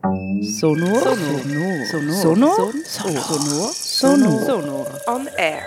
Sonor on air.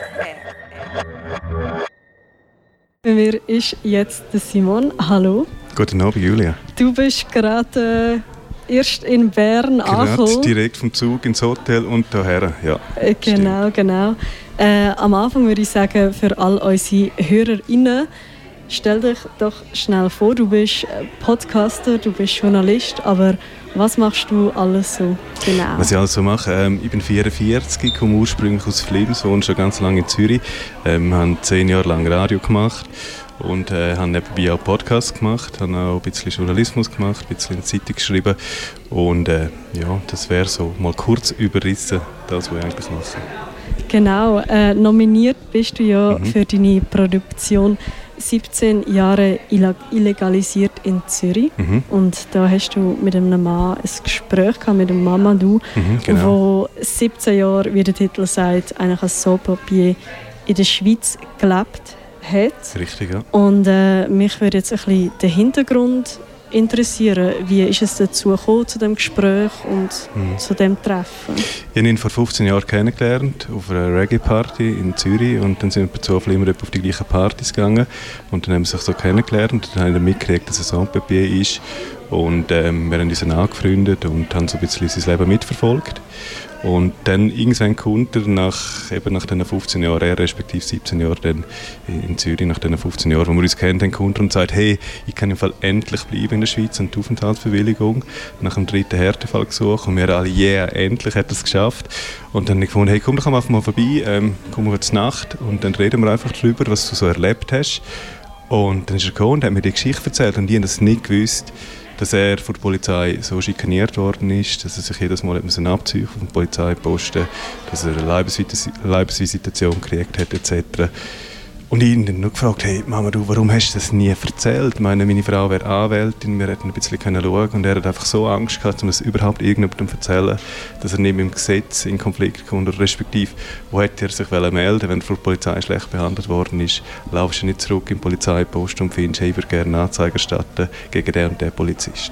Bei mir ist jetzt der Simon. Hallo. Guten Abend, Julia. Du bist gerade erst in Bern angekommen. Gerade direkt vom Zug ins Hotel und hierher, ja. Genau. Am Anfang würde ich sagen, für all unsere HörerInnen, stell dich doch schnell vor, du bist Podcaster, du bist Journalist, aber was machst du alles so genau? Was ich alles so mache? Ich bin 44, komme ursprünglich aus Flims, wohne schon ganz lange in Zürich, habe 10 Jahre lang Radio gemacht und habe nebenbei auch Podcasts gemacht, habe auch ein bisschen Journalismus gemacht, ein bisschen in der Zeitung geschrieben und ja, das wäre so mal kurz überrissen, das, was ich eigentlich mache. Genau, nominiert bist du ja für deine Produktion 17 Jahre illegalisiert in Zürich. Und da hast du mit einem Mann ein Gespräch gehabt, mit dem Mamadou, wo 17 Jahre, wie der Titel sagt, eigentlich als Sans-Papier in der Schweiz gelebt hat. Richtig, ja. Und mich würde jetzt ein bisschen der Hintergrund interessieren. Wie ist es dazu gekommen, zu dem Gespräch und zu dem Treffen? Ich habe ihn vor 15 Jahren kennengelernt auf einer Reggae-Party in Zürich und dann sind wir per Zufall immer auf die gleichen Partys gegangen und dann haben wir sich so kennengelernt und dann haben wir mitgekriegt, dass er Sans-Papier ist und wir haben uns dann angefreundet und haben so ein bisschen sein Leben mitverfolgt. Und dann irgendwann kommt er nach diesen 15 Jahren, respektive 17 Jahren dann in Zürich, nach diesen 15 Jahren, wo wir uns kennen, dann kommt er und sagt, hey, ich kann im Fall endlich bleiben in der Schweiz und die Aufenthaltsbewilligung. Nach dem 3. Härtefall gesucht und wir alle, endlich hat er es geschafft. Und dann habe ich gefunden, hey, komm doch einfach mal vorbei, komm mal heute Nacht und dann reden wir einfach darüber, was du so erlebt hast. Und dann ist er gekommen und hat mir die Geschichte erzählt und ich habe das nicht gewusst, dass er von der Polizei so schikaniert worden ist, dass er sich jedes Mal abziehen auf den Polizeiposten, dass er eine Leibesvisitation gekriegt hat etc. Und ich habe ihn dann nur gefragt, hey Mama, du, warum hast du das nie erzählt? Ich meine, meine Frau wäre Anwältin, wir hätten ein bisschen schauen und er hat einfach so Angst gehabt, um das überhaupt irgendjemandem zu erzählen, dass er nicht mit dem Gesetz in Konflikt kommt oder respektive, wo hätte er sich melden, wenn er von der Polizei schlecht behandelt worden ist, laufst du nicht zurück in den Polizeipost und findest, hey, ich würde gerne Anzeige erstatten gegen den und den Polizist.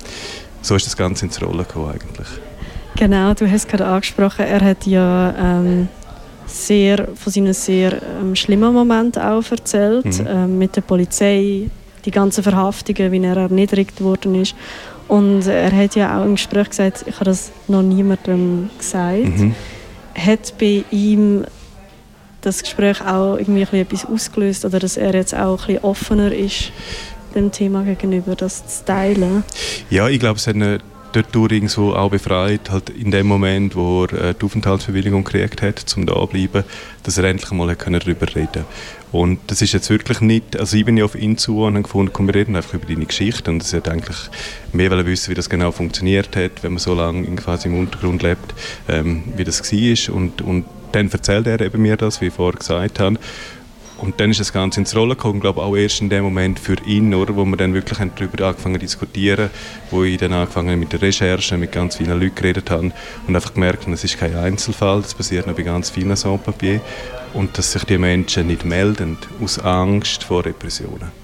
So ist das Ganze ins Rollen gekommen eigentlich. Genau, du hast gerade angesprochen, er hat ja von seinen sehr schlimmen Momenten auch erzählt, mit der Polizei, die ganzen Verhaftungen, wie er erniedrigt worden ist. Und er hat ja auch im Gespräch gesagt, ich habe das noch niemandem gesagt. Hat bei ihm das Gespräch auch irgendwie etwas ausgelöst oder dass er jetzt auch ein bisschen offener ist dem Thema gegenüber, das zu teilen? Ja, ich glaube, es hat eine dort irgendwo auch befreit, halt in dem Moment, wo er die Aufenthaltsbewilligung gekriegt hat, um da zu bleiben, dass er endlich mal darüber reden konnte. Und das ist jetzt wirklich nicht, also ich bin ja auf ihn zu und habe gefunden, komm, wir reden einfach über deine Geschichte und er hat eigentlich mehr wissen, wie das genau funktioniert hat, wenn man so lange quasi im Untergrund lebt, wie das war und dann erzählt er eben mir das, wie ich vorher gesagt habe. Und dann ist das Ganze ins Rollen gekommen, glaube ich, auch erst in dem Moment für ihn, oder, wo wir dann wirklich darüber angefangen zu diskutieren, wo ich dann angefangen mit der Recherche, mit ganz vielen Leuten geredet habe und einfach gemerkt habe, es ist kein Einzelfall, das passiert noch bei ganz vielen Sans-Papiers und dass sich die Menschen nicht melden, aus Angst vor Repressionen.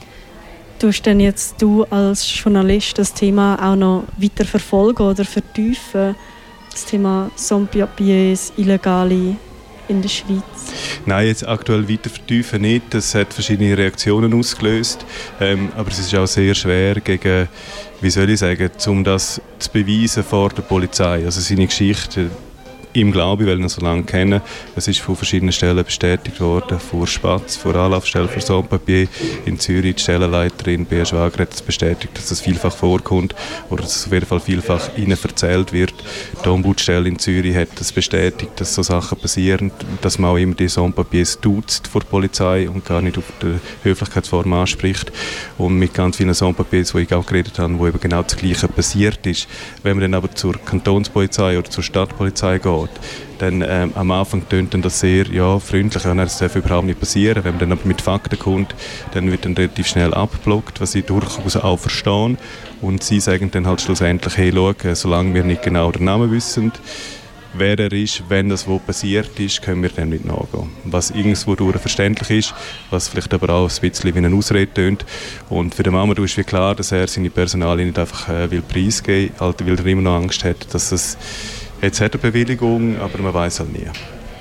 Tust denn jetzt du als Journalist das Thema auch noch weiter verfolgen oder vertiefen, das Thema Sans-Papiers, Illegale in der Schweiz? Nein, jetzt aktuell weiter vertiefen nicht. Das hat verschiedene Reaktionen ausgelöst. Aber es ist auch sehr schwer gegen, wie soll ich sagen, um das zu beweisen vor der Polizei. Also seine Geschichte, ihm glaube ich, weil ich ihn so lange kenne. Es ist von verschiedenen Stellen bestätigt worden, vor Spatz, vor Anlaufstelle für Sans-Papier in Zürich. Die Stellenleiterin Bea Schwager hat es bestätigt, dass das vielfach vorkommt oder dass es auf jeden Fall vielfach ihnen erzählt wird. Die Ombudsstelle in Zürich hat das bestätigt, dass so Sachen passieren, dass man auch immer die Sans-Papiers duzt vor der Polizei und gar nicht auf der Höflichkeitsform anspricht. Und mit ganz vielen Sans-Papiers, wo ich auch geredet habe, wo eben genau das Gleiche passiert ist. Wenn man dann aber zur Kantonspolizei oder zur Stadtpolizei geht, dann am Anfang tönt dann das sehr freundlich, und das darf überhaupt nicht passieren. Wenn man dann aber mit Fakten kommt, dann wird dann relativ schnell abgeblockt, was ich durchaus auch verstehe. Und sie sagen dann halt schlussendlich, hey, schau, solange wir nicht genau den Namen wissen, wer er ist, wenn das wo passiert ist, können wir dem nicht nachgehen. Was irgendwo verständlich ist, was vielleicht aber auch ein bisschen wie eine Ausrede tönt. Und für den Mamadou ist wie klar, dass er seine Personalien nicht einfach will preisgeben, weil er immer noch Angst hat, dass es jetzt hat eine Bewilligung, aber man weiß halt nie.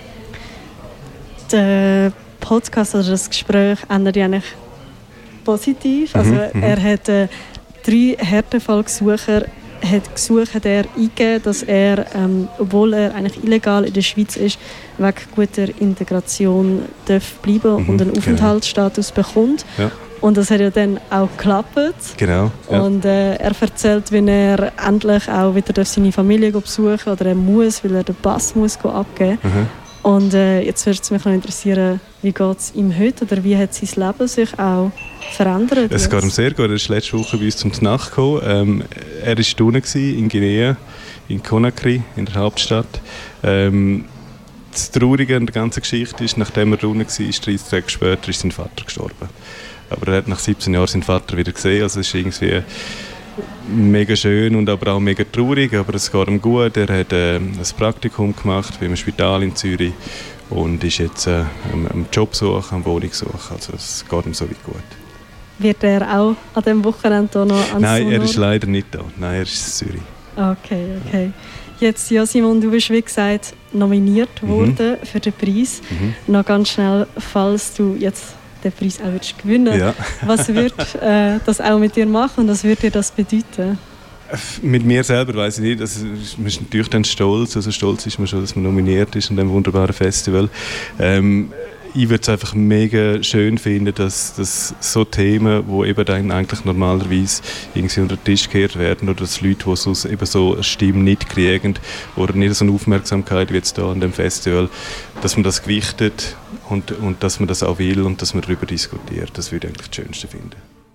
Der Podcast oder das Gespräch endet ja eigentlich positiv. Also er hat 3 Härtefallgesucher hat er eingegeben, dass er, obwohl er eigentlich illegal in der Schweiz ist, wegen guter Integration darf bleiben und einen Aufenthaltsstatus bekommt. Ja. Und das hat ja dann auch geklappt. Genau. Ja. Und er erzählt, wie er endlich auch wieder seine Familie besuchen darf, oder er muss, weil er den Pass muss abgeben muss. Und jetzt würde es mich noch interessieren, wie geht es ihm heute oder wie hat sein Leben sich auch verändert? Es geht ihm sehr gut. Er ist letzte Woche bei uns zum Nacht gekommen. Er war unten in Guinea, in Conakry, in der Hauptstadt. Das Traurige an der ganzen Geschichte ist, nachdem er unten war, 30 Tage später, ist sein Vater gestorben. Aber er hat nach 17 Jahren seinen Vater wieder gesehen. Also es ist irgendwie mega schön und aber auch mega traurig, aber es geht ihm gut. Er hat ein Praktikum gemacht bei einem Spital in Zürich und ist jetzt am Job suchen, am Wohnung suchen. Also es geht ihm so weit gut. Wird er auch an diesem Wochenende noch ans Nein, er ist leider nicht da. Nein, er ist in Zürich. Okay. Jetzt, ja, Simon, du bist, wie gesagt, nominiert worden für den Preis. Noch ganz schnell, falls du jetzt den Preis auch gewinnen willst. Ja. Was wird das auch mit dir machen und was würde dir das bedeuten? Mit mir selber weiss ich nicht. Man ist natürlich dann stolz. Also stolz ist man schon, dass man nominiert ist an diesem wunderbaren Festival. Ich würde es einfach mega schön finden, dass so Themen, die eben dann eigentlich normalerweise irgendwie unter den Tisch gekehrt werden oder dass Leute, die sonst eben so eine Stimme nicht kriegen oder nicht so eine Aufmerksamkeit wie jetzt hier an dem Festival, dass man das gewichtet und dass man das auch will und dass man darüber diskutiert. Das würde ich eigentlich das Schönste finden.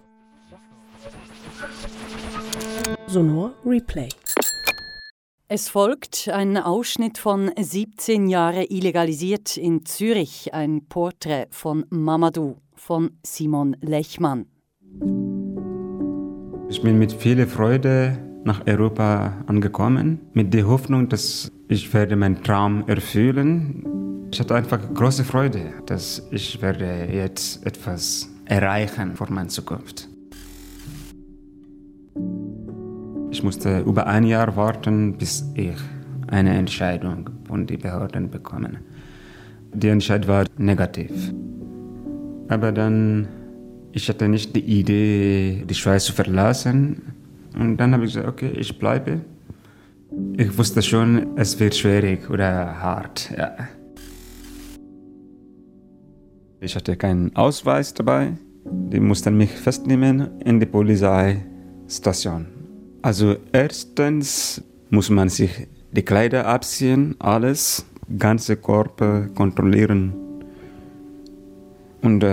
Sonor Replay. Es folgt ein Ausschnitt von 17 Jahre illegalisiert in Zürich, ein Porträt von Mamadou von Simon Lechmann. Ich bin mit viel Freude nach Europa angekommen, mit der Hoffnung, dass ich werde meinen Traum erfüllen. Ich hatte einfach große Freude, dass ich werde jetzt etwas erreichen für meine Zukunft. Ich musste über ein Jahr warten, bis ich eine Entscheidung von den Behörden bekomme. Die Entscheidung war negativ. Aber dann, ich hatte nicht die Idee, die Schweiz zu verlassen. Und dann habe ich gesagt, okay, ich bleibe. Ich wusste schon, es wird schwierig oder hart. Ja. Ich hatte keinen Ausweis dabei. Die mussten mich festnehmen in die Polizeistation. Also erstens muss man sich die Kleider abziehen, alles, ganze Körper kontrollieren. Und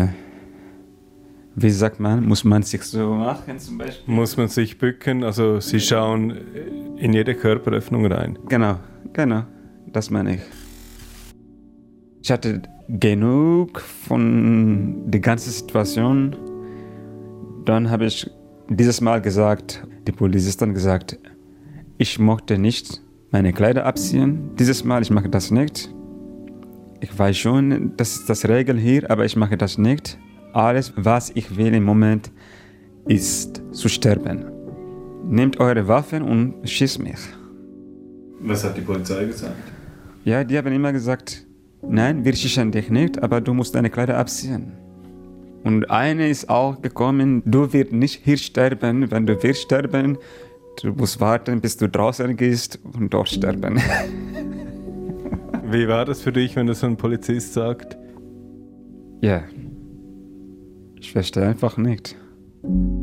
wie sagt man, muss man sich so machen zum Beispiel? Muss man sich bücken, also sie schauen in jede Körperöffnung rein. Genau, das meine ich. Ich hatte genug von der ganzen Situation. Dann habe ich dieses Mal gesagt, die Polizisten gesagt, ich möchte nicht meine Kleider abziehen. Dieses Mal, ich mache das nicht. Ich weiß schon, das ist das Regel hier, aber ich mache das nicht. Alles, was ich will im Moment, ist zu sterben. Nehmt eure Waffen und schießt mich. Was hat die Polizei gesagt? Ja, die haben immer gesagt, nein, wir schießen dich nicht, aber du musst deine Kleider abziehen. Und eine ist auch gekommen, du wirst nicht hier sterben. Wenn du willst sterben, du musst warten, bis du draußen gehst und dort sterben. Wie war das für dich, wenn das so ein Polizist sagt? Ja, ich verstehe einfach nicht.